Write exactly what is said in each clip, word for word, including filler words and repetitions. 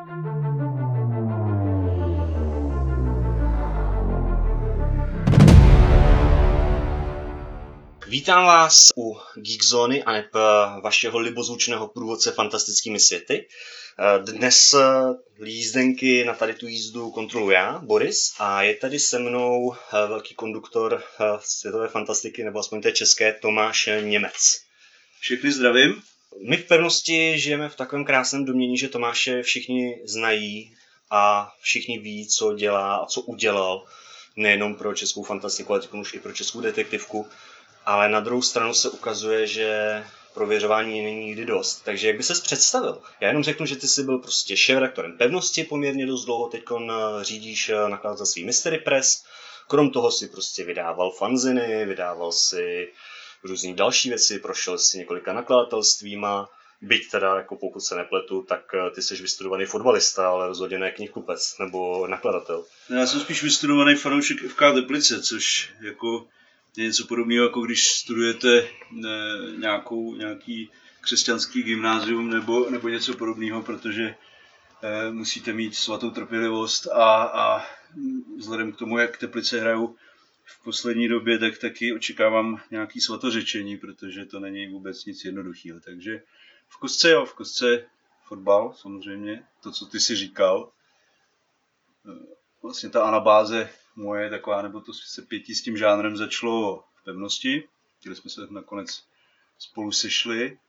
Vítám vás u Geekzóny a neb vašeho libozvučného průvodce fantastickými světy. Dnes jízdenky na tady tu jízdu kontroluji já, Boris, a je tady se mnou velký konduktor světové fantastiky, nebo aspoň té české, Tomáš Němec. Všechny zdravím. My v pevnosti žijeme v takovém krásném domění, že Tomáše všichni znají a všichni ví, co dělá a co udělal, nejenom pro českou fantastiku, ale už i pro českou detektivku. Ale na druhou stranu se ukazuje, že prověřování není nikdy dost. Takže jak by ses představil? Já jenom řeknu, že ty jsi byl prostě šéfredaktorem pevnosti poměrně dost dlouho, teďkon řídíš nakladatelství Mystery Press. Krom toho si prostě vydával fanziny, vydával si různý další věci, prošel si několika nakladatelstvíma. Byť teda, jako pokud se nepletu, tak ty jsi vystudovaný fotbalista, ale rozhodně ne knihkupec nebo nakladatel. Já jsem spíš vystudovaný fanoušek F K Teplice, což jako je něco podobného, jako když studujete ne, nějakou, nějaký křesťanský gymnázium nebo, nebo něco podobného, protože eh, musíte mít svatou trpělivost a, a vzhledem k tomu, jak Teplice hrajou v poslední době, tak taky očekávám nějaký svatořečení, protože to není vůbec nic jednoduchého. Takže v kostce jo, v kostce fotbal samozřejmě, to, co ty si říkal. Vlastně ta anabáze moje taková, nebo to se pětí s tím žánrem začalo v pevnosti, kde jsme se nakonec spolu sešli.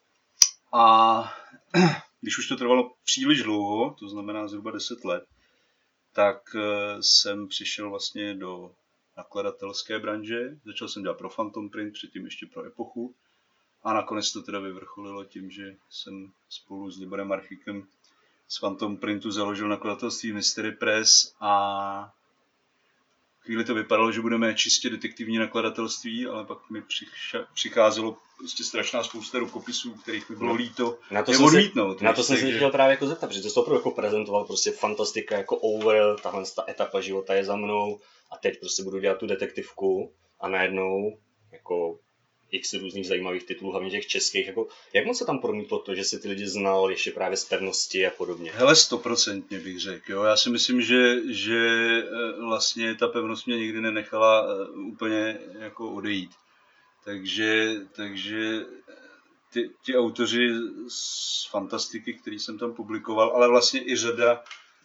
A když už to trvalo příliš dlouho, to znamená zhruba deset let, tak jsem přišel vlastně do nakladatelské branže. Začal jsem dělat pro Phantom Print, předtím ještě pro Epochu. A nakonec to teda vyvrcholilo tím, že jsem spolu s Liborem Marchíkem z Phantom Printu založil nakladatelství Mystery Press a chvíli to vypadalo, že budeme čistě detektivní nakladatelství, ale pak mi přicházelo prostě strašná spousta rukopisů, kterých mi bylo líto na to odmítnout. Se, na to jsem se chtěl právě jako zeptat, protože to jsi opravdu jako prezentoval prostě fantastika jako over, tahle ta etapa života je za mnou a teď prostě budu dělat tu detektivku a najednou jako x různých zajímavých titulů, hlavně těch českých. Jako, jak moc se tam promítlo to, že si ty lidi znal ještě právě z pevnosti a podobně? Hele, stoprocentně bych řekl. Jo. Já si myslím, že, že vlastně ta pevnost mě nikdy nenechala úplně jako odejít. Takže, takže ty, ti autoři z fantastiky, který jsem tam publikoval, ale vlastně i řada,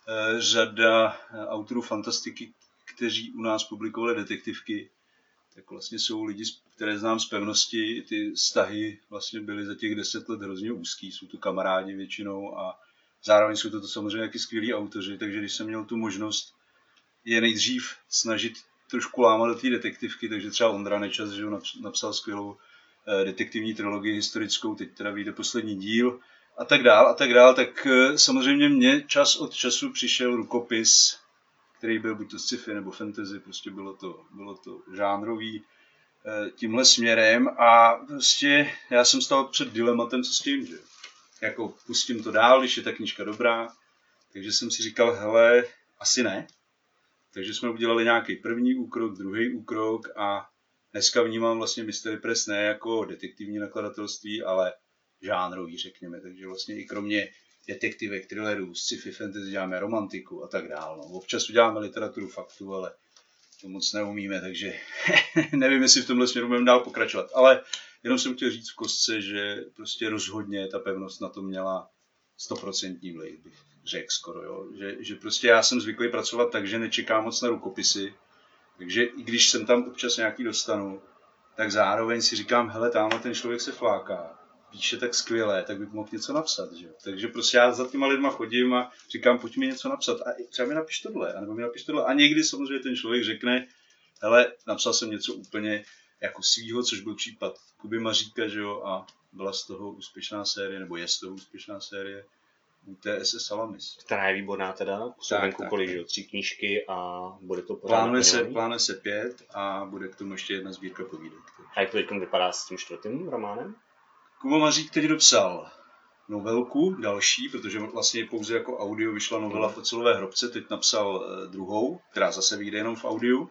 řada autorů fantastiky, kteří u nás publikovali detektivky, tak vlastně jsou lidi, které znám z pevnosti, ty vztahy vlastně byly za těch deset let hrozně úzký, jsou to kamarádi většinou a zároveň jsou to, to samozřejmě taky skvělí autoři, takže když jsem měl tu možnost je nejdřív snažit trošku lámat do té detektivky, takže třeba Ondra Nečas, že napsal skvělou detektivní trilogii historickou, teď teda vyjde poslední díl a tak dál a tak dál, tak samozřejmě mě čas od času přišel rukopis, který byl buď to sci-fi nebo fantasy, prostě bylo to, bylo to žánrový e, tímhle směrem a prostě já jsem stál před dilematem, co s tím, že jako pustím to dál, když je ta knížka dobrá, takže jsem si říkal, hele, asi ne. Takže jsme udělali nějaký první úkrok, druhý úkrok a dneska vnímám vlastně Mystery Press ne jako detektivní nakladatelství, ale žánrový, řekněme, takže vlastně i kromě detektivek, thrillerů, sci-fi, fantasy, děláme romantiku a tak dál. No. Občas uděláme literaturu faktu, ale to moc neumíme, takže nevím, jestli v tomhle směru budeme dál pokračovat. Ale jenom jsem chtěl říct v kostce, že prostě rozhodně ta pevnost na to měla stoprocentní vliv, bych řekl skoro. Jo. Že, že prostě já jsem zvyklý pracovat tak, že nečekám moc na rukopisy, takže i když jsem tam občas nějaký dostanu, tak zároveň si říkám, hele, tamhle ten člověk se fláká. Píše tak skvěle, tak bych mohl něco napsat, že? Takže prostě já za těma lidma chodím a říkám, pojď mi něco napsat a třeba mi napiš tohle, anebo mi napiš tohle a někdy samozřejmě ten člověk řekne, hele, napsal jsem něco úplně jako svýho, což byl případ Kuby Maříka, že jo, a byla z toho úspěšná série, nebo je z toho úspěšná série U T S S Salamis. Která je výborná teda, jsou venku kolik, že jo, tři knížky a bude to pořád plánuje se, plánuje se pět a bude k tomu ještě jedna sbírka povídek. A jak to teď vypadá s tím čtvrtým románem? Kuba Mařík teď dopsal novelku další, protože vlastně pouze jako audio vyšla novela v Ocelové hrobce, teď napsal druhou, která zase vyjde jenom v audiu.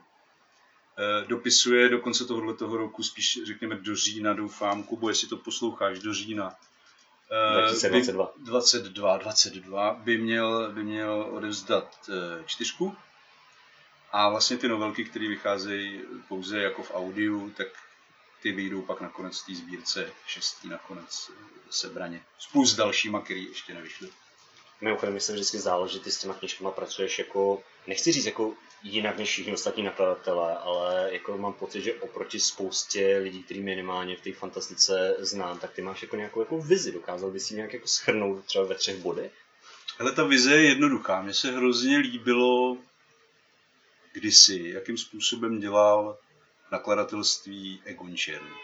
Dopisuje do konce tohoto roku, spíš řekněme do října, doufám, Kubo, jestli to posloucháš, do října, dvacet dvacet dva. By, dvacet dva, dvacet dva by měl, by měl odevzdat uh, čtyřku. A vlastně ty novelky, které vycházejí pouze jako v audiu, tak ty vyjdou pak nakonec v té sbírce šestý nakonec sebraně. Spolu s dalšíma, který ještě nevyšly. Mimochodem, mi se vždycky zdálo, že ty s těma knížkama pracuješ jako, nechci říct jako jinak než všichni ostatní nakladatelé, ale jako mám pocit, že oproti spoustě lidí, který minimálně v té fantastice znám, tak ty máš jako nějakou jako vizi. Dokázal bys ji nějak jako shrnout třeba ve třech bodech? Ale ta vize je jednoduchá. Mně se hrozně líbilo kdysi, jakým způsobem dělal nakladatelství Egon Černý.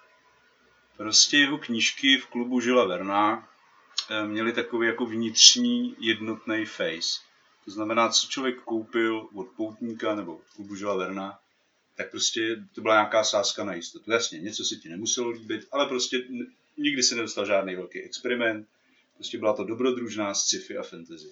Prostě jeho knížky v klubu Žila Verna měly takový jako vnitřní jednotný face. To znamená, co člověk koupil od Poutníka nebo od klubu Žila Verna, tak prostě to byla nějaká sázka na jistotu. Jasně, něco se ti nemuselo líbit, ale prostě nikdy se nedostal žádný velký experiment. Prostě byla to dobrodružná sci-fi a fantasy.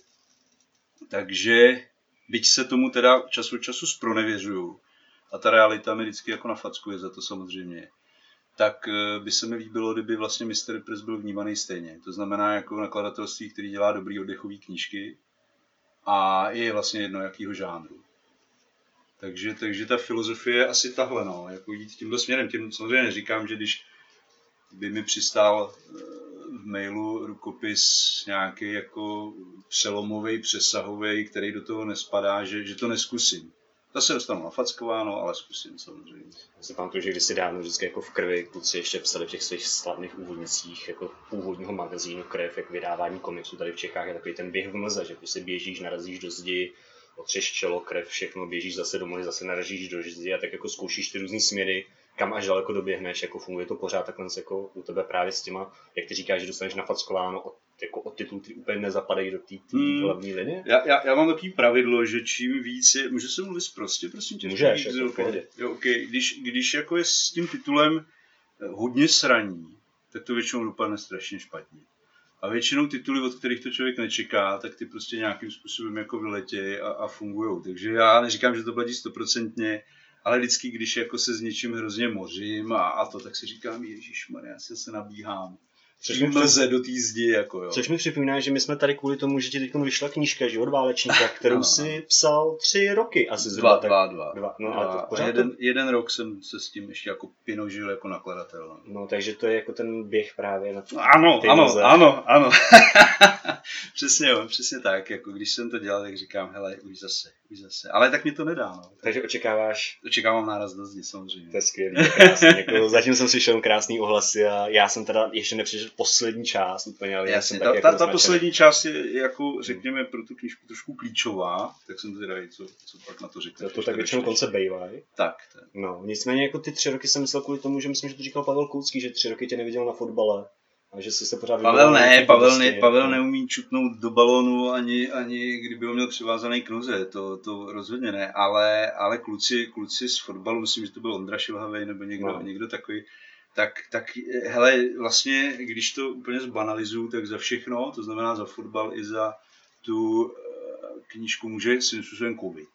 Takže, byť se tomu teda čas od času zpronevěřuju, a ta realita mi vždycky jako nafackuje za to samozřejmě, tak by se mi líbilo, kdyby vlastně mister Press byl vnímaný stejně. To znamená jako nakladatelství, který dělá dobrý oddechový knížky a je vlastně jedno jakýho žánru. Takže, takže ta filozofie je asi tahle, no, jako jít tímhle směrem. Tím samozřejmě neříkám, že když by mi přistál v mailu rukopis nějaký jako přelomový, přesahový, který do toho nespadá, že, že to neskusím. Zase dostanu nafackováno, ale zkusím samozřejmě. Já si pamatuju, že kdysi dávno vždycky jako v Krvi kluci ještě psali v těch svých slavných úvodnicích jako původního magazínu Krev, jak vydávání komiksů tady v Čechách je takový ten běh v mlze, že prostě běžíš, narazíš do zdi, otřeš čelo, krev, všechno, běžíš zase domů, zase narazíš do zdi a tak jako zkoušíš ty různý směry, kam až daleko doběhneš, jako funguje to pořád takhle jako u tebe právě s těma, jak ty říkáš, že dostaneš nafackováno od, jako od titulů, který úplně nezapadají do té hmm. hlavní linie? Já, já, já mám takový pravidlo, že čím víc je, může se mluvit prostě, prosím tě? Můžeš, jako v pohodě. Jo, okay. když, když jako je s tím titulem hodně sraní, tak to většinou dopadne strašně špatně. A většinou tituly, od kterých to člověk nečeká, tak ty prostě nějakým způsobem jako vyletějí a, a fungujou. Takže já neříkám, že to platí stoprocentně, ale vždycky, když jako se s něčím hrozně mořím a, a to, tak si říkám, ježišmarja, já se, se nabíhám. Což mi mlze do té zdi, jako jo. Což mi připomíná, že my jsme tady kvůli tomu, že ti teď vyšla knížka, že od válečníka, kterou no, si psal tři roky asi zhruba. Dva, dva, dva. dva. No, dva. A, a jeden, jeden rok jsem se s tím ještě jako pinožil jako nakladatel. No, no takže to je jako ten běh právě na t- Ano, ano, mlze. ano, ano. Přesně jo, přesně tak. Jako když jsem to dělal, tak říkám, hele, už zase, už zase. Ale tak mi to nedá, no. Takže očekáváš? Očekávám náraz do zdi, samozřejmě. To je skvělý, krásný. Jako, zatím jsem slyšel krásný ohlasy a já jsem teda ještě nepřišel poslední část úplně, ale jasně, já ta, jsem ta, jako ta poslední část je jako, řekněme, pro tu knížku trošku klíčová, tak jsem zvědavý, co, co pak na to řekneš. To, to tak většinou konce bejvaj. Tak. tak. No, nicméně jako ty tři roky jsem myslel kvůli tomu, že myslím, že to říkal Pavel Koucký, že tři roky tě neviděl na fotbale. A že jsi se pořád Pavel ne, Pavel, ne, Pavel neumí čutnout do balónu, ani, ani kdyby ho měl přivázaný k noze, to, to rozhodně ne, ale, ale kluci, kluci z fotbalu, myslím, že to byl Ondra Šilhavej nebo někdo, no. někdo takový, tak, tak hele, vlastně, když to úplně zbanalizuju, tak za všechno, to znamená za fotbal i za tu knížku může svým způsobem covid.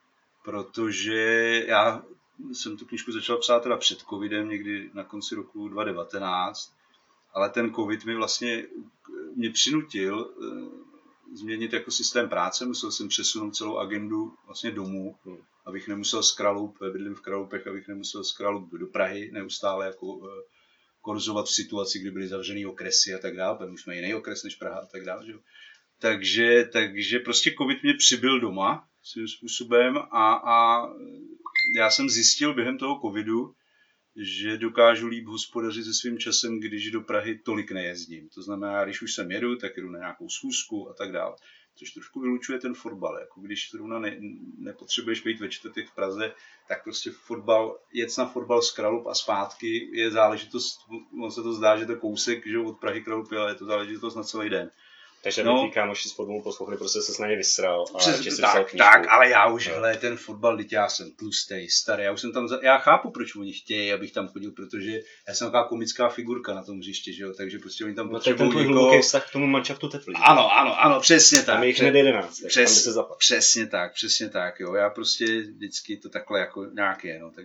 Protože já jsem tu knížku začal psát teda před covidem, někdy na konci roku dva tisíce devatenáct, ale ten covid mi vlastně mě přinutil uh, změnit jako systém práce, musel jsem přesunout celou agendu vlastně domů, hmm. abych nemusel z Kralup, bydlím v Kralupech, abych nemusel z Kralup do Prahy neustále jako uh, korzovat v situaci, kdy byly zavřený okresy a tak dále, protože už jsme jiný okres než Praha a tak dále. Že? Takže, takže prostě covid mě přibyl doma svým způsobem a, a já jsem zjistil během toho covidu, že dokážu líp hospodařit se svým časem, když do Prahy tolik nejezdím. To znamená, když už sem jedu, tak jedu na nějakou schůzku a tak dále. Což trošku vylučuje ten fotbal. Jako když zrovna ne, nepotřebuješ být ve čtvrtek v Praze, tak prostě fotbal, jet na fotbal z Kralup a zpátky je záležitost, on se to zdá, že to kousek, že od Prahy Kralup, ale je to záležitost na celý den. Takže no, ty kámoši s fotbalem poslouchali, prostě se s na ně vysral a přes, si tak, tak, ale já už, no. hele, ten fotbal, teď já jsem tlustej, starý, já už jsem tam, za, já chápu, proč oni chtějí, abych tam chodil, protože já jsem taková komická figurka na tom hřišti, že jo, takže prostě oni tam no, potřebují někoho... No to je ten tvůj vztah k tomu manšaftu Teplín. Ano, ano, ano, přesně tak. Tam je jich hned jedenáct, přes, tam by se zapad. Přesně tak, přesně tak, jo, já prostě vždycky to takhle jako nějak je, no, takže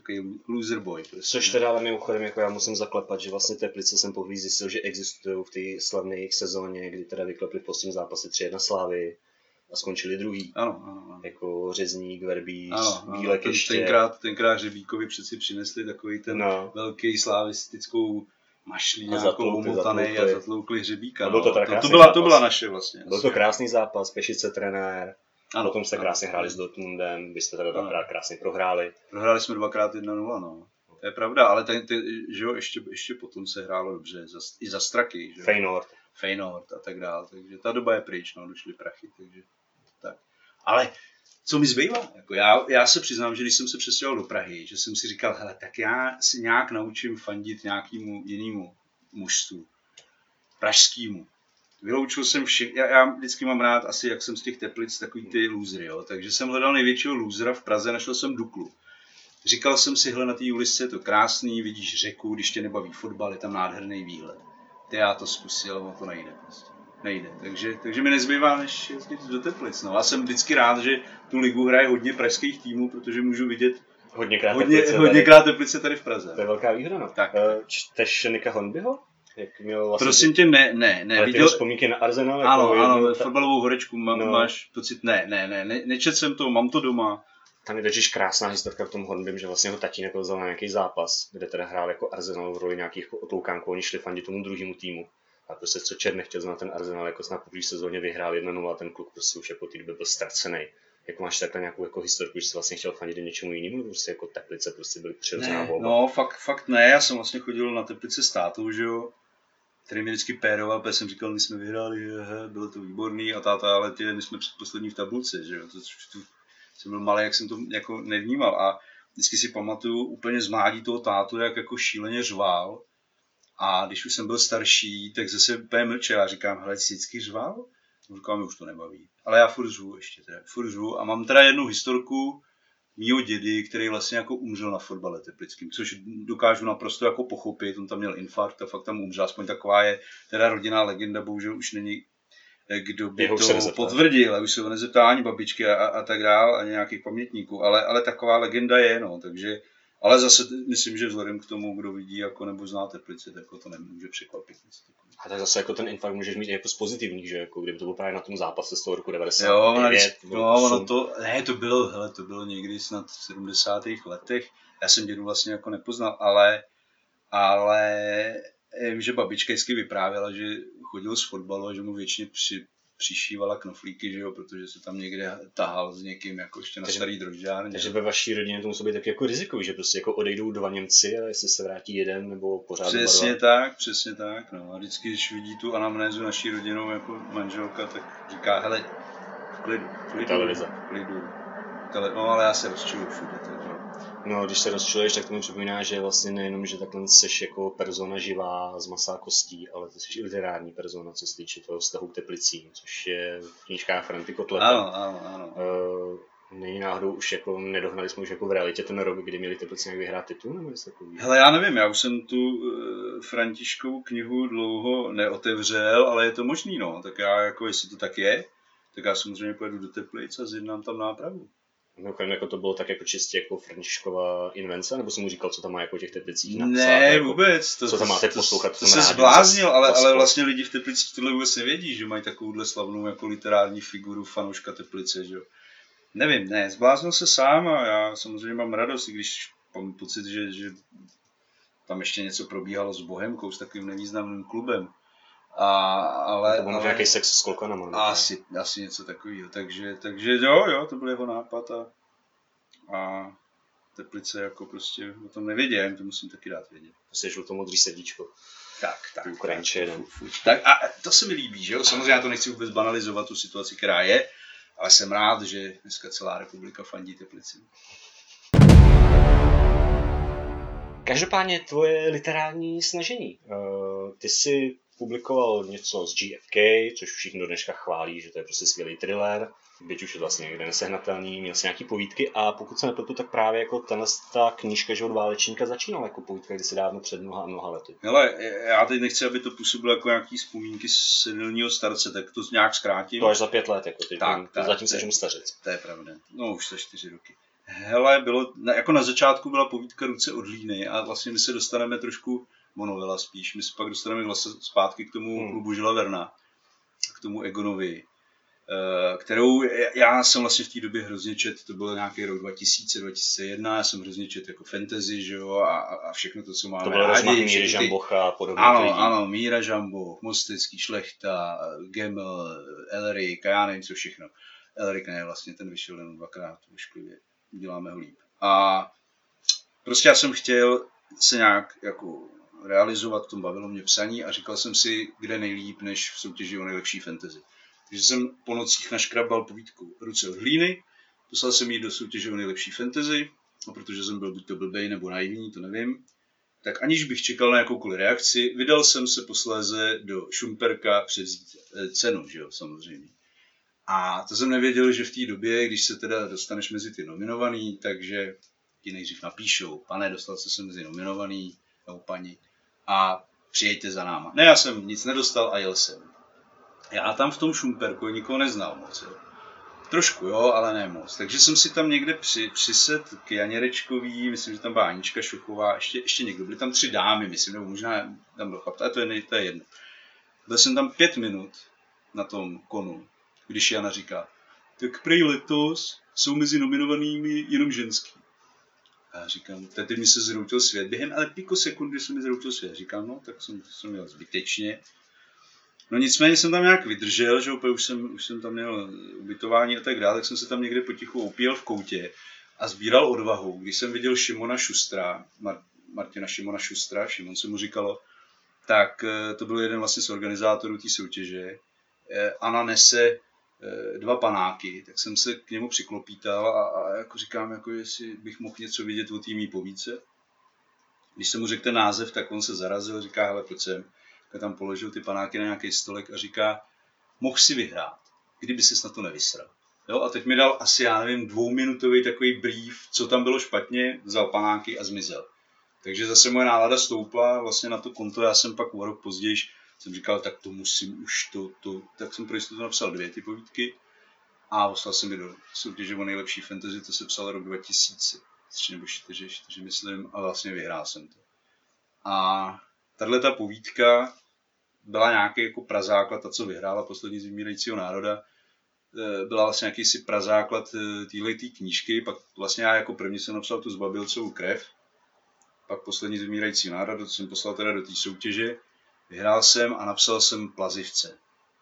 takový loser boy. Prostě, což teda ale mimochodem, jako já musím zaklepat, že vlastně Teplice jsem poprvé zjistil, že existují v té slavné jejich sezóně, kdy teda vyklepli v posledním zápase tři jedna Slávy a skončili druhý. Ano, ano, ano. Jako Řezník, Verbíš, ano, Bílek ten, ještě. Tenkrát, tenkrát Řebíkovi přeci přinesli takový ten no. velký slavistickou mašlí, nějakou umotanej a zatloukli Hřebíka. No, to, to, to, byla, to byla naše vlastně. Byl to krásný zápas, Pešice trenér. Ano, potom jste krásně ano, hráli s Dortmundem, vy jste teda dvakrát krásně prohráli. Prohráli jsme dvakrát jedna nula, no. To je pravda, ale ten, ten, že jo, ještě, ještě potom se hrálo dobře, za, i za Straky, že jo. Feyenoord. Feyenoord a tak dále, takže ta doba je pryč, no, došly prachy, takže tak. Ale co mi zbývá? Jako já, já se přiznám, že když jsem se přestěhoval do Prahy, že jsem si říkal, hele, tak já si nějak naučím fandit nějakému jinému mužstvu, pražskému. Vyloučil jsem vše, já, já vždycky mám rád, asi jak jsem z těch Teplic, takový ty lůzry, jo, takže jsem hledal největšího lůzra v Praze, našel jsem Duklu. Říkal jsem si, hle, na té ulici je to krásný, vidíš řeku, když tě nebaví fotbal, je tam nádherný výhled. Ty já to zkusil, ale to nejde prostě. Nejde, takže, takže mi nezbývá, než jezdit do Teplic. No. Já jsem vždycky rád, že tu ligu hraje hodně pražských týmů, protože můžu vidět hodněkrát hodně, Teplice, hodněkrát Teplice tady v Praze. To je velká výhoda, no. Tak. Čteš Nika Hornbyho? Jak měl vlastně prosím tě, ne, ne, ne. Ale viděl... ty vzpomínky na Arsenal? Ano, jako ano, jednou, fotbalovou horečku má, no. Máš pocit, ne, ne, ne, ne, nečet jsem to, mám to doma. Tam je totiž krásná historka v tom Hornbym, že vlastně ho tatínek vzal na nějaký zápas, kde teda hrál jako Arsenal v roli nějakých jako otloukánků, oni šli fandit tomu druhému týmu. A prostě co Čer nechtěl znát ten Arsenal, jako snad po první sezóně vyhrál jedna nula a ten kluk prostě už jako té doby byl ztracený. Jako máš takhle nějakou jako historku, že jsi vlastně chtěl fandit něčemu jinému, prostě jako Teplice prostě byly přirozená volba. No, fakt, fakt ne, já jsem vlastně chodil na Teplice s tátou, že jo, který mě vždycky péroval, protože jsem říkal, my jsme vyhráli, he, bylo to výborný a táta, ale ty, my jsme předposlední v tabulce, že jo, to, to, jsem byl malý, jak jsem to jako nevnímal a vždycky si pamatuju úplně z mládí toho tátu, jak jako šíleně řval. A když už jsem byl starší, tak zase úplně mlčel a říkám, hele, jsi vždycky řval? Říkám, mi už to nebaví. Ale já furt řvu ještě teda, furt řvu. A mám teda jednu historku mýho dědy, který vlastně jako umřel na fotbale teplickým, což dokážu naprosto jako pochopit, on tam měl infarkt a fakt tam umřel, aspoň taková je teda rodinná legenda, bohužel už není kdo by Jeho to potvrdil, a už se ho nezeptá ani babičky a, a tak dál, ani nějakých pamětníků, ale, ale taková legenda je, no, takže ale zase myslím, že vzhledem k tomu, kdo vidí jako nebo zná Teplice, tak to nemůže překvapit. A tak zase jako ten infarkt můžeš mít jako z pozitivních, že jako kdyby to bylo právě na tom zápase z toho roku devadesát devět. Jo, no, ono to, ne, to bylo, hele, to bylo někdy snad v sedmdesátých letech. Já jsem dědu vlastně jako nepoznal, ale, ale vím, že babička vždycky vyprávěla, že chodil z fotbalu a že mu většině při, přišívala knoflíky, že jo, protože se tam někde tahal s někým jako ještě na takže, starý drožďárně. Takže ve vaší rodině to musí být taky jako rizikový, že prostě jako odejdou dva Němci a jestli se vrátí jeden nebo pořád dva. Přesně tak, přesně tak, no. A vždycky, když vidí tu anamnézu naší rodinou jako manželka, tak říká, hele, v klidu, v klidu, televize. V klidu. Tele, no ale já se rozčiluju všude, takže. No, když se rozčiluješ, tak to mi připomíná, že vlastně nejenom, že takhle seš jako persona živá z masa a kostí, ale ty jsi i literární persona, co se týče toho vztahu k Teplicím, což je v knížkách Franty Kotleta. Ano, ano, ano. Uh, není náhodou už jako, nedohnali jsme už jako v realitě ten rok, kdy měli Teplici nějak vyhrát titul, nebo jestli takový? Hele, já nevím, já už jsem tu uh, Františkovou knihu dlouho neotevřel, ale je to možný, no, tak já jako, jestli to tak je, tak já samozřejmě pojedu do Teplic a zjednám tam nápravu. Mimochodem, jako to bylo tak jako čistě jako Františkova invence, nebo jsem mu říkal, co tam má jako těch Teplicích napsat? Ne, jako, vůbec. To, co tam máte poslouchat? To, to se zbláznil, ale, ale vlastně lidi v Teplicích tohle vůbec nevědí, že mají takovouhle slavnou jako literární figuru fanouška Teplice, že jo. Nevím, ne, zbláznil se sám a já samozřejmě mám radost, i když mám pocit, že, že tam ještě něco probíhalo s Bohemkou, s takovým nevýznamným klubem. A, ale, to byl ale, nějaký sex s kolkanama. Asi, asi něco takového, takže, takže jo, jo, to byl jeho nápad a, a Teplice jako prostě o tom nevědí, já jim to musím taky dát vědět. Prostě žlutomodrý srdíčko. Tak, tak. Ukrajinče jeden. Tak a to se mi líbí, že jo, samozřejmě já to nechci vůbec banalizovat tu situaci, která je, ale jsem rád, že dneska celá republika fandí Teplici. Každopádně tvoje literární snažení. Ty jsi publikoval něco z G F K, což všichni do dneška chválí, že to je prostě skvělý thriller, byť už je vlastně někde nesehnatelný, měl si nějaký povídky a pokud se nepletu, tak právě jako tenhle ta knížka, že od Válečníka začínala jako povídka, kdy se dávno před mnoha a mnoha lety. Hele, já teď nechci, aby to působilo jako nějaký vzpomínky senilního starce, tak to nějak zkrátím. To až za pět let, jako ty, tak, ty tak, zatím se seš stařec. To je pravda, no už za čtyři roky. Hele, bylo, jako na začátku byla povídka Ruce od hlíny a vlastně my se dostaneme trošku, monovela spíš, my se pak dostaneme vlastně zpátky k tomu hmm. klubu Žila Verna, k tomu Egonovi, kterou já jsem vlastně v té době hrozně čet, to byl nějaký rok dva tisíce, dva tisíce jedna, já jsem hrozně čet jako fantasy, že jo, a, a všechno to, co máme. To bylo rozmach Míry Žambocha a podobně. Ano, lidí. Ano, Míra Žamboch, Mostecký, Šlechta, Gemel, Elric a já nevím co všechno. Elric ne, vlastně ten vyšel jen dvakrát ošklivě, děláme ho líp. A prostě já jsem chtěl se nějak jako realizovat, v tom bavilo mě psaní a říkal jsem si, kde nejlíp, než v soutěži o nejlepší fantasy. Takže jsem po nocích naškrabal povídku Ruce od hlíny, poslal jsem jí do soutěže o nejlepší fantasy, a protože jsem byl buď to blbej nebo naivní, to nevím, tak aniž bych čekal na jakoukoliv reakci, vydal jsem se posléze do Šumperka převzít cenu, že jo, samozřejmě. A to jsem nevěděl, že v té době, když se teda dostaneš mezi ty nominovaný, takže ti nejdřív napíšou, pane, dostal jsi se mezi nominovaný, nebo paní, a přijďte za náma. Ne, já jsem nic nedostal a jel jsem. Já tam v tom Šumperku nikoho neznal moc, jo. Trošku, jo, ale ne moc. Takže jsem si tam někde při, přised k Janěrečkový, myslím, že tam byla Anička Šuchová, ještě, ještě někdo. Byly tam tři dámy, myslím, nebo možná tam byl chlap, ale to je, to je jedno. Byl jsem tam pět minut na tom konu, když Jana říká, tak prej letos jsou mezi nominovanými jenom ženský. A já říkám, tady mi se zroutil svět. Během ale piko sekundy se mi zroutil svět. Říkám, no, tak jsem, jsem měl zbytečně. No nicméně jsem tam nějak vydržel, že úplně už jsem, už jsem tam měl ubytování a tak dále, tak jsem se tam někde potichu opíjel v koutě a sbíral odvahu. Když jsem viděl Šimona Šustra, Mar- Martina Šimona Šustra, Šimon se mu říkalo, tak to byl jeden vlastně z organizátorů té soutěže. Anna nese dva panáky, tak jsem se k němu přiklopítal a, a jako říkám, jako jestli bych mohl něco vidět o té mý povídce. Když jsem mu řekl ten název, tak on se zarazil, říká, hele, pojď sem. Tak tam položil ty panáky na nějaký stolek a říká, mohl si vyhrát, kdyby ses na to nevysral. Jo, a teď mi dal asi, já nevím, dvouminutový takový brief, co tam bylo špatně, vzal panáky a zmizel. Takže zase moje nálada stoupla vlastně na to konto, já jsem pak o rok později jsem říkal, tak to musím už to, to, tak jsem pro jistotu napsal dvě ty povídky a poslal jsem je do soutěže o nejlepší fantasy, to se psal rok dva tisíce tři nebo čtyři, čtyři myslím, a vlastně vyhrál jsem to. A tato povídka byla nějaký jako prazáklad, ta, co vyhrála Poslední z vymírajícího národa, byla vlastně jakýsi prazáklad téhletý knížky, pak vlastně já jako první jsem napsal tu Zbabilcovou krev, pak Poslední z vymírajícího národa, to jsem poslal teda do té soutěže, vyhrál jsem a napsal jsem Plazivce.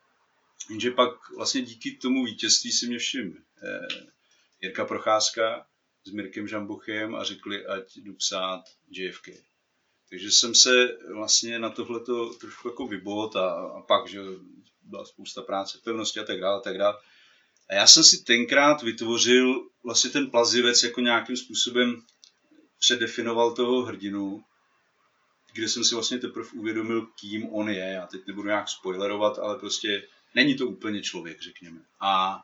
Jenže pak vlastně díky tomu vítězství si mě všiml eh, Jirka Procházka s Mirkem Žambochem a řekli, ať jdu psát J F K. Takže jsem se vlastně na tohleto trošku jako vybot a, a pak, že byla spousta práce, pevnosti a tak dále, a tak dále. A já jsem si tenkrát vytvořil vlastně ten Plazivec jako nějakým způsobem předefinoval toho hrdinu, kde jsem si vlastně teprve uvědomil, kým on je. Já teď nebudu nějak spoilerovat, ale prostě není to úplně člověk, řekněme. A,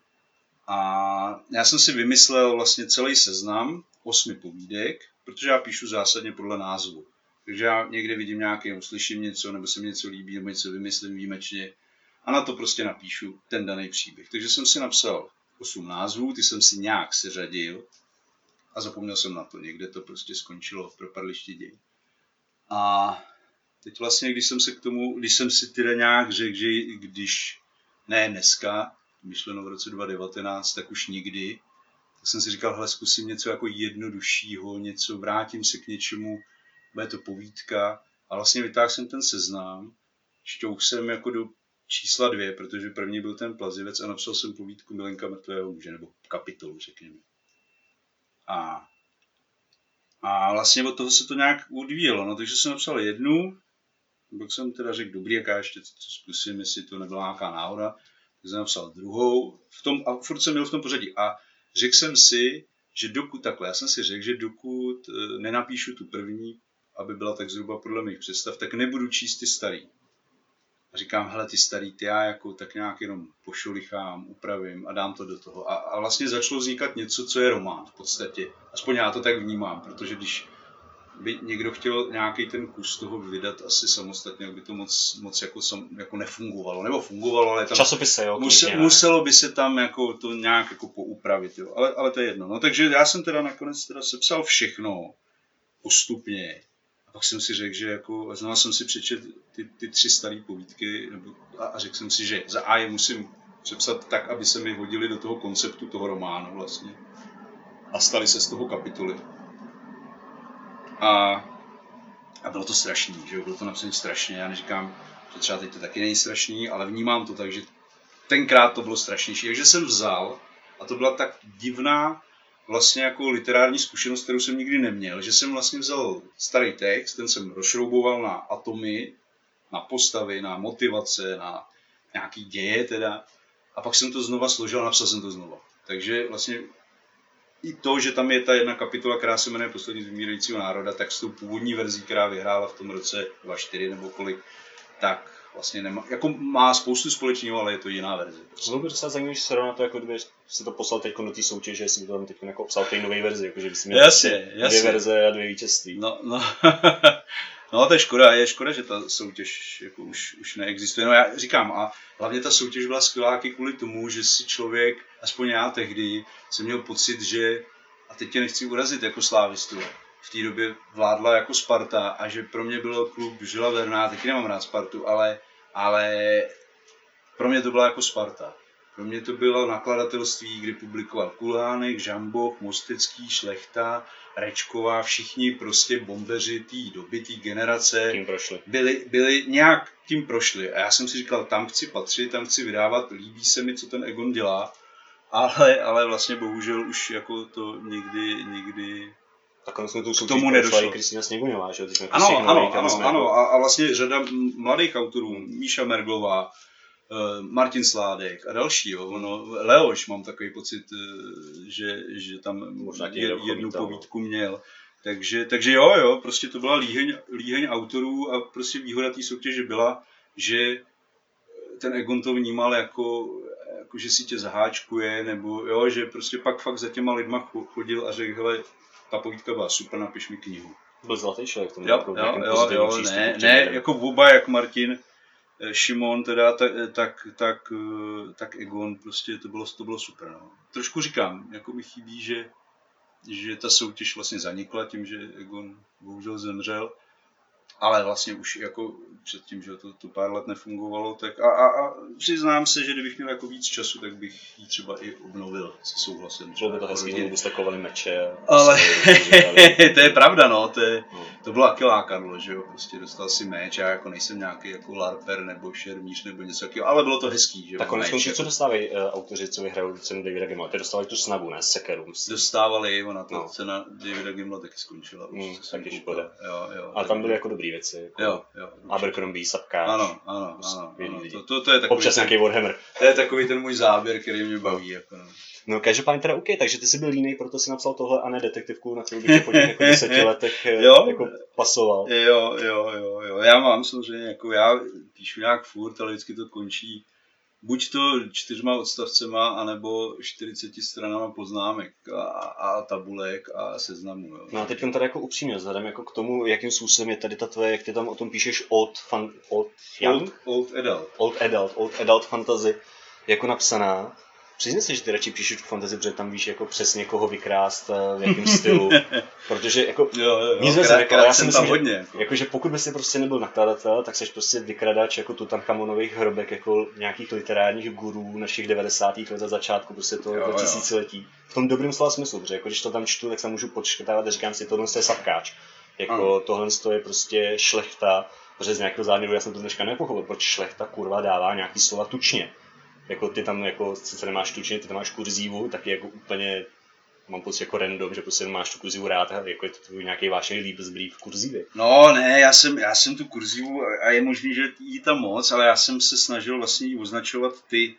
a já jsem si vymyslel vlastně celý seznam osmi povídek, protože já píšu zásadně podle názvu. Takže já někde vidím nějaký, uslyším něco, nebo se mi něco líbí, nebo něco vymyslím výjimečně a na to prostě napíšu ten daný příběh. Takže jsem si napsal osm názvů, ty jsem si nějak seřadil a zapomněl jsem na to. Někde to prostě skončilo v propadlišti děj. A teď vlastně, když jsem se k tomu, když jsem si teda nějak řekl, že když ne dneska, myšleno v roce dva tisíce devatenáct, tak už nikdy, tak jsem si říkal, hele, zkusím něco jako jednoduššího, něco, vrátím se k něčemu, bude to povídka. A vlastně vytáhl jsem ten seznam, šťouch jsem jako do čísla dvě, protože první byl ten Plazivec a napsal jsem povídku Milenka mrtvého muže, nebo kapitolu, řekněme. A, a vlastně od toho se to nějak odvíjelo, no, takže jsem napsal jednu, pak jsem teda řekl, dobrý, jaká ještě co zkusím, jestli to nebyla nějaká náhoda, tak jsem napsal druhou, v tom, a furt jsem měl v tom pořadí. A řekl jsem si, že dokud takhle, já jsem si řekl, že dokud nenapíšu tu první, aby byla tak zhruba podle mých představ, tak nebudu číst ty starý. A říkám, hele, ty starý, ty já jako tak nějak jenom pošulichám, upravím a dám to do toho. A, a vlastně začalo vznikat něco, co je román v podstatě. Aspoň já to tak vnímám, protože když by někdo chtěl nějaký ten kus toho vydat asi samostatně, by to moc, moc jako, sam, jako nefungovalo, nebo fungovalo, ale tam časopise, jo, musel, muselo by se tam jako to nějak jako poupravit, jo, ale, ale to je jedno. No, takže já jsem teda nakonec teda sepsal všechno postupně. A pak jsem si řekl, že jako, znamená jsem si přečet ty, ty tři staré povídky nebo, a, a řekl jsem si, že za A je musím přepsat tak, aby se mi hodili do toho konceptu toho románu vlastně. A stali se z toho kapitoly. A, a bylo to strašný, že jo, bylo to napsané strašně, já neříkám, že třeba teď to taky není strašný, ale vnímám to tak, že tenkrát to bylo strašnější. Takže jsem vzal, a to byla tak divná vlastně jako literární zkušenost, kterou jsem nikdy neměl, že jsem vlastně vzal starý text, ten jsem rozšrouboval na atomy, na postavy, na motivace, na nějaký děje teda, a pak jsem to znova složil a napsal jsem to znova. Takže vlastně i to, že tam je ta jedna kapitola, která se jmenuje Poslední z vymírajícího národa, tak s tou původní verzí, která vyhrála v tom roce dva tisíce čtyři nebo kolik, tak vlastně nemá, jako má spoustu společného, ale je to jiná verze. Bylo by docela zajímavé, že se rovná to, jako kdyby si to poslal teď do té soutěže, jestli by to tam teď jako obsal té nové verzi, jakože bys měl jasně, dvě jasně. verze a dvě vítězství. No, no. No, to je škoda, je škoda, že ta soutěž jako už, už neexistuje. No já říkám, a hlavně ta soutěž byla skvělá kvůli tomu, že si člověk, aspoň já tehdy, jsem měl pocit, že, a teď tě nechci urazit jako slávistu, v té době vládla jako Sparta a že pro mě bylo klub Žila Verná, taky nemám rád Spartu, ale, ale pro mě to byla jako Sparta. Pro mě to bylo nakladatelství, kde publikoval Kulhánek, Žamboch, Mostecký, Šlechta, Rečková, všichni prostě bombeři té doby, té generace. Tím prošli. Byli, byli nějak tím prošli. A já jsem si říkal, tam chci patřit, tam chci vydávat, líbí se mi, co ten Egon dělá, ale, ale vlastně bohužel už jako to někdy, někdy tak jsme tu k tomu nedošlo. Kristýna Sněguňová, že? Ano, ano, ano, ano. A, a vlastně řada mladých autorů, Míša Merglová, Martin Sládek a další, jo. Ono, Leoš, mám takový pocit, že, že tam možná jednu povídku měl. Takže, takže jo, jo, prostě to byla líheň, líheň autorů a prostě výhoda té soutěže byla, že ten Egon to vnímal jako, jako, že si tě zaháčkuje, nebo jo, že prostě pak fakt za těma lidma chodil a řekl, hele, ta povídka byla super, napiš mi knihu. Byl zlatý člověk, tomu jo, jo, jo, jo, ne, ne, jako oba, jak Martin, Šimon teda, tak, tak, tak, tak Egon, prostě to bylo, to bylo super. No. Trošku říkám, jako mi chybí, že, že ta soutěž vlastně zanikla tím, že Egon bohužel zemřel, ale vlastně už jako předtím, že to, to pár let nefungovalo, tak a, a, a přiznám se, že kdybych měl jako víc času, tak bych ji třeba i obnovil, se souhlasem. Bylo by to hezký, že vystakovali meče. Ale to je pravda, no, to, je, to bylo taky lákadlo, že jo, prostě dostal si meč, já jako nejsem nějaký jako larper nebo šermíř nebo něco takového, ale bylo to hezký, že jo. Tak konec konců, co dostávají uh, autoři, co vyhrajou cenu Davida Gimla, ty dostávají tu snabu, ne, sekeru. Myslím. Dostávali, ona ta no. cena Davida Gimla taky skončila. Už mm, taky škoda. Jo, jo, ale tam byly jako dobrý věci. Jako jo, jo. Abercrombie, Sapkáč. Ano, ano, ano. ano. To, to, to je takový občas nějaký Warhammer. To je takový ten můj záběr, který mě baví. Jako, no. No každopádně teda OK, takže ty jsi byl línej, proto si napsal tohle a ne detektivku, na kterou bych tě po těch jako deseti letech jako pasoval. Jo, jo, jo, jo, já mám samozřejmě, jako já píšu nějak furt, ale vždycky to končí buď to čtyřma odstavcema, anebo čtyřiceti stranama poznámek a, a tabulek a seznamů. Jo. No a teď teda jako upřímně, vzhledem jako k tomu, jakým způsobem je tady ta tvoje, jak ty tam o tom píšeš old, fan, old, old, old adult. Old adult, old adult fantasy, jako napsaná. Přiznaj se, že ty radši píšeš fantasy, protože tam víš jako přesně koho vykrást, v jakém stylu, protože jako jo, jo, nic krát, krát já si myslím, hodně, že, jako. Jako, že pokud bys prostě nebyl nakladatel, tak seš prostě vykradač jako Tutanchamonových hrobek, jako nějakých literárních gurů našich devadesátých let za začátku prostě toho tisíciletí. V tom dobrým slova smyslu, protože jako když to tam čtu, tak se můžu podškrtávat a říkám si, tohle je Sapkáč, jako ano. Tohle je prostě šlechta, protože z nějakého záměru já jsem to dneška nepochopil, proč šlechta kurva dává nějaký slova tučně. Jako ty tam jako, sice nemáš tučně, ty tam máš kurzívu, tak je jako úplně, mám pocit jako random, že prostě máš tu kurzivu rád, jako je to tvůj nějaký vášený líbezblí v kurzívě. No ne, já jsem, já jsem tu kurzivu, a je možný, že jí tam moc, ale já jsem se snažil vlastně jí označovat ty,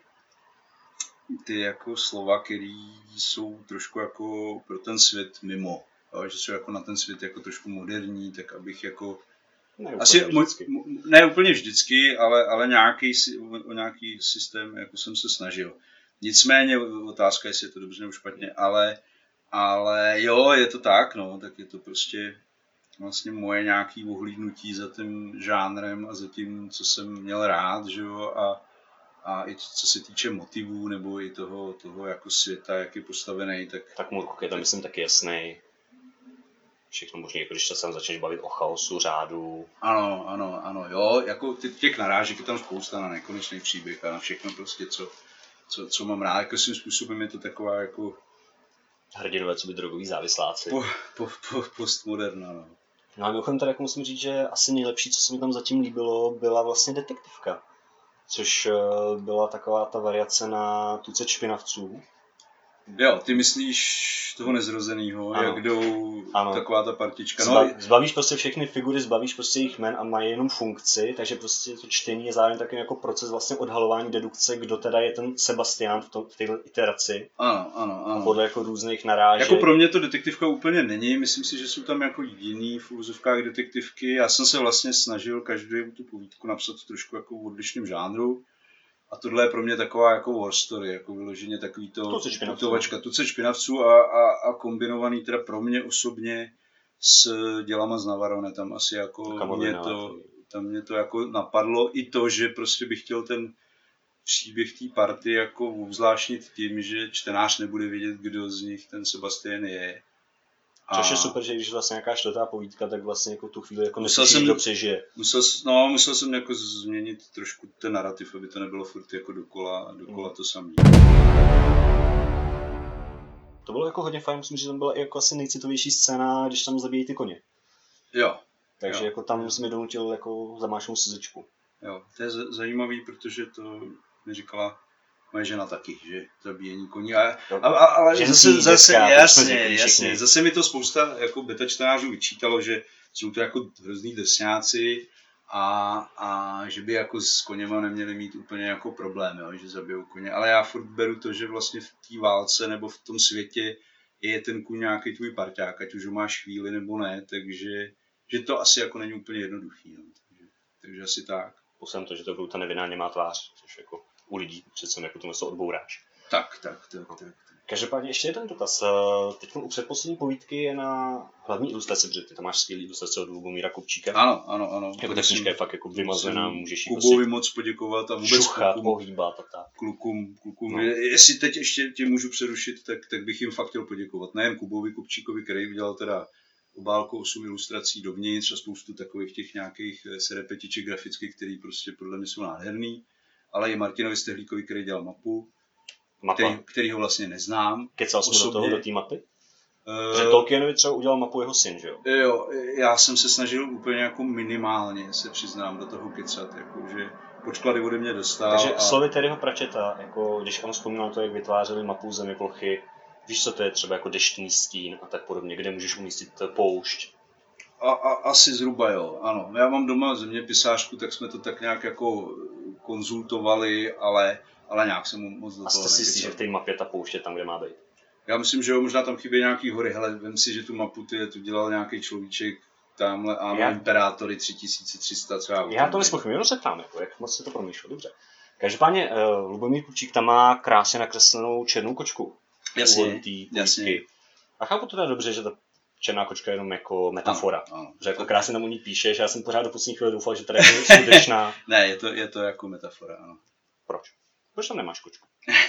ty jako slova, které jsou trošku jako pro ten svět mimo, jo? Že jsou jako na ten svět jako trošku moderní, tak abych jako Ne Asi úplně, ne úplně vždycky, ale, ale nějaký, o nějaký systém jako jsem se snažil. Nicméně otázka, jestli je to dobře nebo špatně, ale, ale jo, je to tak, no, tak je to prostě vlastně moje nějaké ohlídnutí za tím žánrem a za tím, co jsem měl rád, že jo, a, a i co se týče motivů nebo i toho, toho jako světa, jak je postavený, tak... Tak Moorcock je tam, myslím, taky jasný. Všechno možné, jako když se sám začneš bavit o chaosu, řádu. Ano, ano, ano, jo, jako těch narážek je tam spousta na nekonečný příběh a na všechno prostě, co, co, co mám rád, jako svým způsobem je to taková jako... Hrdinové, co by drogoví závisláci. Po, po, po, postmoderna, no. No a mimochodem tady jako musím říct, že asi nejlepší, co se mi tam zatím líbilo, byla vlastně detektivka. Což byla taková ta variace na Tucet špinavců. Jo, ty myslíš toho nezrozenýho, ano. Jak jdou ano. Taková ta partička. No, Zba, zbavíš prostě všechny figury, zbavíš prostě jejich jmen a mají jenom funkci, takže prostě to čtení je zároveň takový jako proces vlastně odhalování dedukce, kdo teda je ten Sebastian v, tom, v této iteraci. Ano, ano, ano. Podle jako různých narážek. Jako pro mě to detektivka úplně není, myslím si, že jsou tam jako jiný v úzovkách detektivky. Já jsem se vlastně snažil každou tu povídku napsat trošku jako v odlišném žánru. A tohle je pro mě taková jako war story, jako vyloženě takový to putovačka, tucet špinavců a, a, a kombinovaný teda pro mě osobně s dělama z Navarone, tam asi jako mě to, tam mě to jako napadlo i to, že prostě bych chtěl ten příběh té party jako obzvláštnit tím, že čtenář nebude vědět, kdo z nich ten Sebastian je. A... Což je super, že když vlastně nějaká čtvrtá povídka, tak vlastně jako tu chvíli jako neslyšíš, kdo přežije. Musel, no, musel jsem jako změnit trošku ten narrativ, aby to nebylo furt jako dokola, dokola mm. to samé. To bylo jako hodně fajn, myslím, že tam byla i jako asi nejcitovější scéna, když tam zabíjí ty koně. Jo. Takže jo. jako tam jsem mi donutil jako zamášnout slzečku. Jo, to je z- zajímavý, protože to mi říkala moje žena taky, že zabíjení koní. A, a, a, ale zase, zase jasně, jasně, zase mi to spousta jako beta čtenářů vyčítalo, že jsou to jako hrozný drsňáci a, a že by jako s koněma neměli mít úplně jako problém, jo, že zabijou koně. Ale já furt beru to, že vlastně v té válce nebo v tom světě je ten kůň nějaký tvůj parťák, ať už ho máš chvíli nebo ne, takže že to asi jako není úplně jednoduchý. No. Takže, takže asi tak. Posledem to, že to ta nevinná nemá tvář, což jako u lidí přece jako tomu se odbouráš. Tak, tak, tak, tak, tak. Každopádně ještě jeden dotaz. Teď u předposlední povídky je na hlavní ilustraci, protože ty tam máš skvělý ilustrace od Lubomíra Kupčíka. Ano, ano, ano. Jako ta knížka je fakt jako vymazená, můžeš jí Kubovi prostě moc poděkovat a vůbec šuchat, pohýbat a tak. Klukům, klukům. No. Jestli teď ještě tě můžu přerušit, tak, tak bych jim fakt chtěl poděkovat. Nejen Kubovi Kupčíkovi, který udělal teda obálku osm ilustrací dovnitř a spoustu takových těch nějakých serepetiček grafických, který prostě podle mě jsou nádherný, ale i Martinovi Stehlíkovi, který dělal mapu, který, který ho vlastně neznám. Kecal jsme do toho, do té mapy? Uh, Že Tolkienovi třeba udělal mapu jeho syn, že jo? Jo, já jsem se snažil úplně jako minimálně, se přiznám, do toho kecat, jakože podklady ode mě dostal. Takže a... slovy Terryho Pratchetta, jako když on vzpomínal to, jak vytvářeli mapu zemi plochy, víš, co to je třeba jako deštný stín a tak podobně, kde můžeš umístit poušť? A, a, asi zhruba jo, ano. Já mám doma zeměpisářku, tak jsme to tak nějak jako konzultovali, ale, ale nějak jsem mu moc do toho A jste si jistí, že v té mapě ta poušť je tam, kde má být? Já myslím, že jo, možná tam chybí nějaký hory. Hele, vem si, že tu mapu ty, tu dělal nějaký človíček, tamhle, ano, já... Imperátory tři tisíce tři sta, co já Já to nespochybím, jenom se ptám, jako, jak moc se to promýšlel, dobře. Každopádně uh, Lubomír Kupčík tam má krásně nakreslenou černou kočku. Jasně, jasně. A chápu to teda dobře, že ta černá kočka je jenom jako metafora. Ano, ano. Že jako krásně tam o ní píšeš, já jsem pořád do poslední chvíle doufal, že tady je skutečná. Ne, je to, je to jako metafora, ano. Proč? Proč tam nemáš kočku?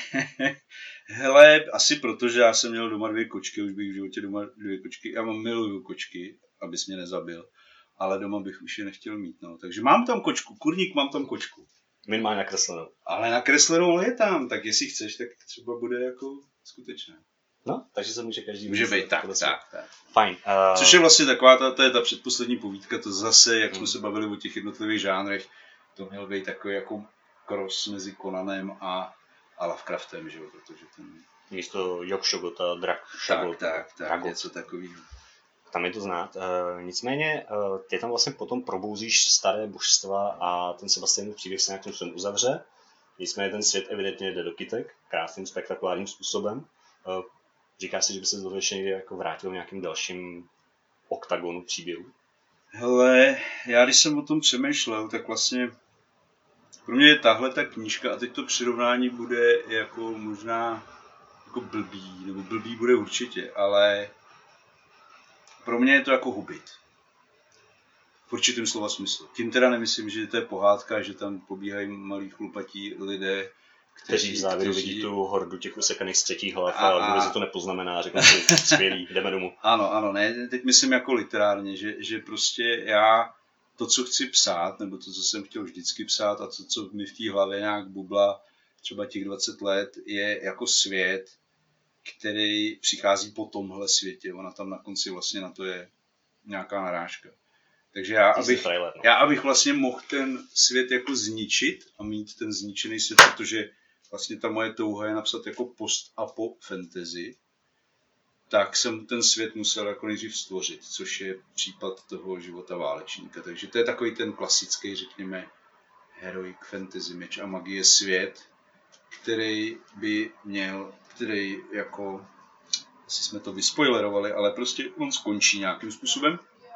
Hele, asi proto, že já jsem měl doma dvě kočky, už bych v životě doma dvě kočky. Já mám miluju kočky, abys mě nezabil, ale doma bych už je nechtěl mít, no. Takže mám tam kočku, kurník, mám tam kočku. Min má nakreslenou. Ale nakreslenou je tam, tak jestli chceš, tak třeba bude jako skutečné. No, takže se může každý může být, tak, tak, tak. Fajn. Uh... Což je vlastně taková, ta, to je ta předposlední povídka, to zase, jak hmm. jsme se bavili o těch jednotlivých žánrech, to měl být takový jako cross mezi Conanem a, a Lovecraftem, že jo, protože ten... Místo Jokšogota, Drak, Šagot, tak, tak, tak, něco takového. Tam je to znát. Uh, nicméně, uh, ty tam vlastně potom probouzíš staré božstva a ten Sebastianův příběh se nějakým způsobem uzavře. Nicméně ten svět evidentně jde do kytek, krásným, spektakulárním způsobem. Uh, Říká si, že by se to ještě někdy jako vrátil v nějakým dalším oktagonu příběhu? Hele, já když jsem o tom přemýšlel, tak vlastně pro mě je tahle ta knížka a teď to přirovnání bude jako možná jako blbý, nebo blbý bude určitě, ale pro mě je to jako Hobbit. v určitém slova smyslu. Tím teda nemyslím, že to je pohádka, že tam pobíhají malí chlupatí lidé, kteří v závěru kteří... vidí tu hordu těch usekaných z třetích hlav a, a vůbec to nepoznamená, řeknu si, skvělý, jdeme domů. Ano, ano, ne, teď myslím jako literárně, že, že prostě já to, co chci psát, nebo to, co jsem chtěl vždycky psát a to, co mi v té hlavě nějak bubla třeba těch dvacet let, je jako svět, který přichází po tomhle světě. Ona tam na konci vlastně na to je nějaká narážka. Takže já abych, trailer, no. já, abych vlastně mohl ten svět jako zničit a mít ten zničený svět, protože vlastně ta moje touha je napsat jako post-apo fantasy, tak jsem ten svět musel jako nejdřív stvořit, což je případ toho života válečníka. Takže to je takový ten klasický, řekněme, heroic fantasy, meč a magie svět, který by měl, který jako, asi jsme to vyspoilerovali, ale prostě on skončí nějakým způsobem.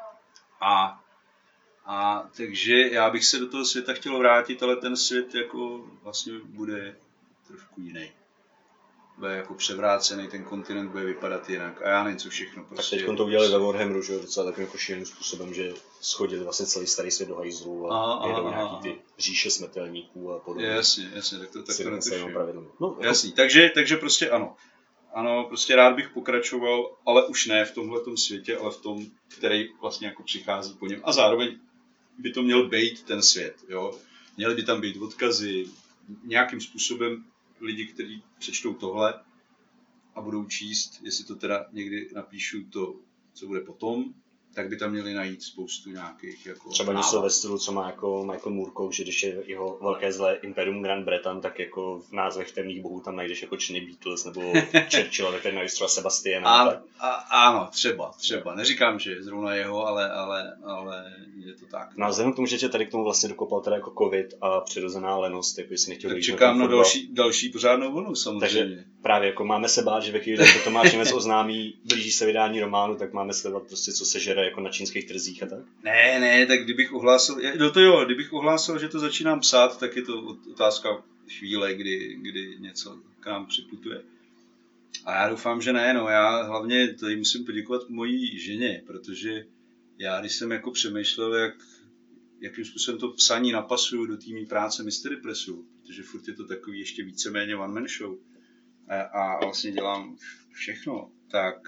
A A takže já bych se do toho světa chtěl vrátit, ale ten svět jako vlastně bude trošku jiný. Bude jako převrácený, ten kontinent bude vypadat jinak a já nevím co všechno. Prostě. Tak teď to udělali ve Warhammeru, že docela takovým jako šíleným způsobem, že schodili vlastně celý starý svět do hajzlu a aha, jedou aha, nějaký ty říše smrtelníků a podobně. Jasně, jasně, tak to, tak to netuším. No, jasně, takže, takže prostě ano. Ano, prostě rád bych pokračoval, ale už ne v tomhletom světě, ale v tom, který vlastně jako přichází po něm. A zároveň by to měl být ten svět, jo. Měly by tam být odkazy, nějakým způsobem lidi, kteří přečtou tohle a budou číst, jestli to teda někdy napíšu to, co bude potom, tak by tam měli najít spoustu nějakých jako třeba návad. Něco ve stylu, co má jako Michael Moorcock, že když je jeho velké zlé Imperium Grand Breton, tak jako v názvech temných bohů tam najdeš jako činy Beatles nebo Churchill, tak tady najdeš třeba Sebastiana. A, a, ano, třeba, třeba. Neříkám, že zrovna jeho, ale, ale, ale je to tak. No a vzhledem k tomu, že tě tady k tomu vlastně dokopal teda jako covid a přirozená lenost, jako jsi nechtěl tak čekám na další, další pořádnou vlnu samozřejmě. Takže právě jako máme se bát, že ve chvíli, kdy Tomáš Němec oznámí, blíží se vydání románu, tak máme sledovat prostě, co se žere jako na čínských trzích a tak? Ne, ne, tak kdybych ohlásil, no to jo, kdybych ohlásil, že to začínám psát, tak je to otázka chvíle, kdy, kdy něco k nám připutuje. A já doufám, že ne, no já hlavně tady musím poděkovat mojí ženě, protože já, když jsem jako přemýšlel, jak, jakým způsobem to psaní napasuju do týmí práce Mystery Pressu, protože furt je to takový ještě víceméně one man show a, a vlastně dělám všechno, tak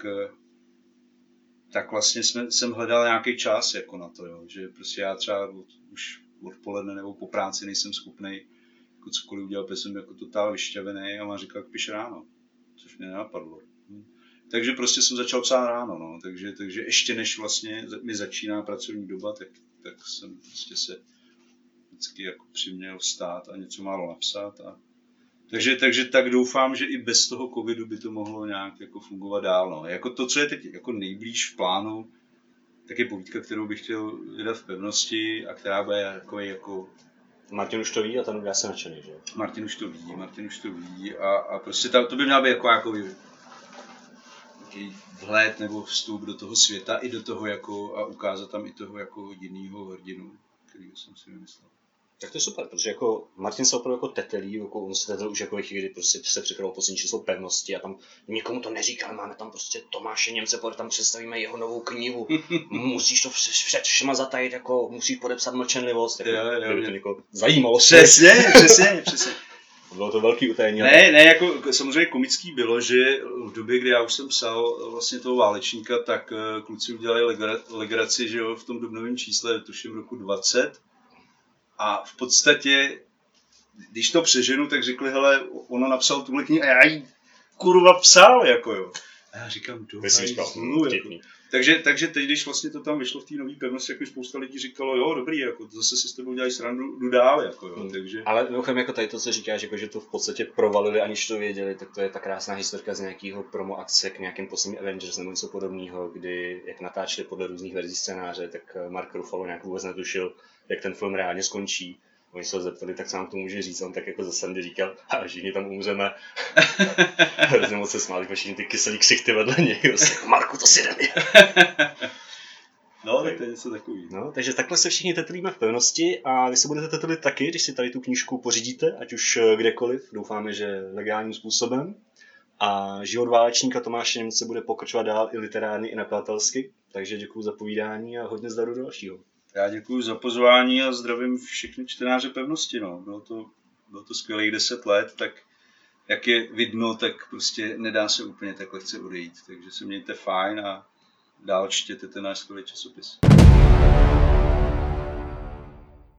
tak vlastně jsme, jsem hledal nějaký čas jako na to, jo. Že prostě já třeba od, už odpoledne nebo po práci nejsem schopnej jako cokoliv udělat, protože jsem jako totál vyšťavený a mám říkal, piš ráno, což mě nenapadlo. Hm. Takže prostě jsem začal psát ráno, no. takže, takže ještě než vlastně mi začíná pracovní doba, tak, tak jsem prostě se vždycky jako přiměl vstát a něco málo napsat a Takže, takže tak doufám, že i bez toho covidu by to mohlo nějak jako fungovat dál. No. Jako to, co je teď jako nejblíž v plánu, tak je povídka, kterou bych chtěl vydat v pevnosti a která bude jako... jako... Martin už to ví a ten já jsem nadšený, že? Martin už to ví, Martin už to ví a, a prostě ta, to by měla být jako, jako vhled nebo vstup do toho světa i do toho jako a ukázat tam i toho jako jinýho hrdinu, kterýho jsem si vymyslel. Tak to je super, protože jako Martin se opravdu jako tetelí, jako on se tetel už jako chvíli prostě se připravil poslední číslo pevnosti a tam nikomu to neříkal, máme tam prostě Tomáše Němce, tam představíme jeho novou knihu, musíš to před všema zatajit, jako musíš podepsat mlčenlivost, jako, jo, jo, to někoho zajímalo. Přesně, přesně, přesně. Bylo to velký utajení. Ne, ne, jako samozřejmě komický bylo, že v době, kdy já už jsem psal vlastně toho válečníka, tak kluci udělali legraci, že jo, v tom dubnovém čísle, tuším roku dvacet. A v podstatě, když to přeženu, tak řekli, hele, ono napsal tuhle knihu a já ji kurva psal, jako jo. A já říkám, do hajzlu, jako. Takže, takže teď, když vlastně to tam vyšlo v té nové pevnosti, jako spousta lidí říkalo, jo, dobrý, jako zase si s tebou dělají srandu, jdu dál, jako jo, hmm. takže... Ale mimochodem, jako tady to, co říkáš, jako, že to v podstatě provalili, aniž to věděli, tak to je ta krásná historka z nějakého promo akce k nějakým posledním Avengers nebo něco podobného, kdy, jak natáčeli podle různých verzí scénáře, tak Mark Ruffalo nějak vůbec netušil, jak ten film reálně skončí. Oni se ho zeptali, tak se nám to může říct, on tak jako zase mě říkal, a všichni tam umřeme. Hrozně moc se smáli, všichni ty kyselý ksichty vedle něj. Marku, to si jdem. No, tak to je něco takový. No, takže takhle se všichni tetlíme v pevnosti a vy se budete tetlit taky, když si tady tu knížku pořídíte, ať už kdekoliv, doufáme, že legálním způsobem. A život válečníka Tomáše Němce bude pokračovat dál i literárně, i nakladatelsky, takže děkuju za povídání a hodně zdaru do dalšího. Já děkuji za pozvání a zdravím všechny čtenáře Pevnosti. No. Bylo to, bylo to skvělých deset let, tak jak je vidno, tak prostě nedá se úplně tak lehce odejít. Takže se mějte fajn a dál čtěte ten náš skvělý časopis.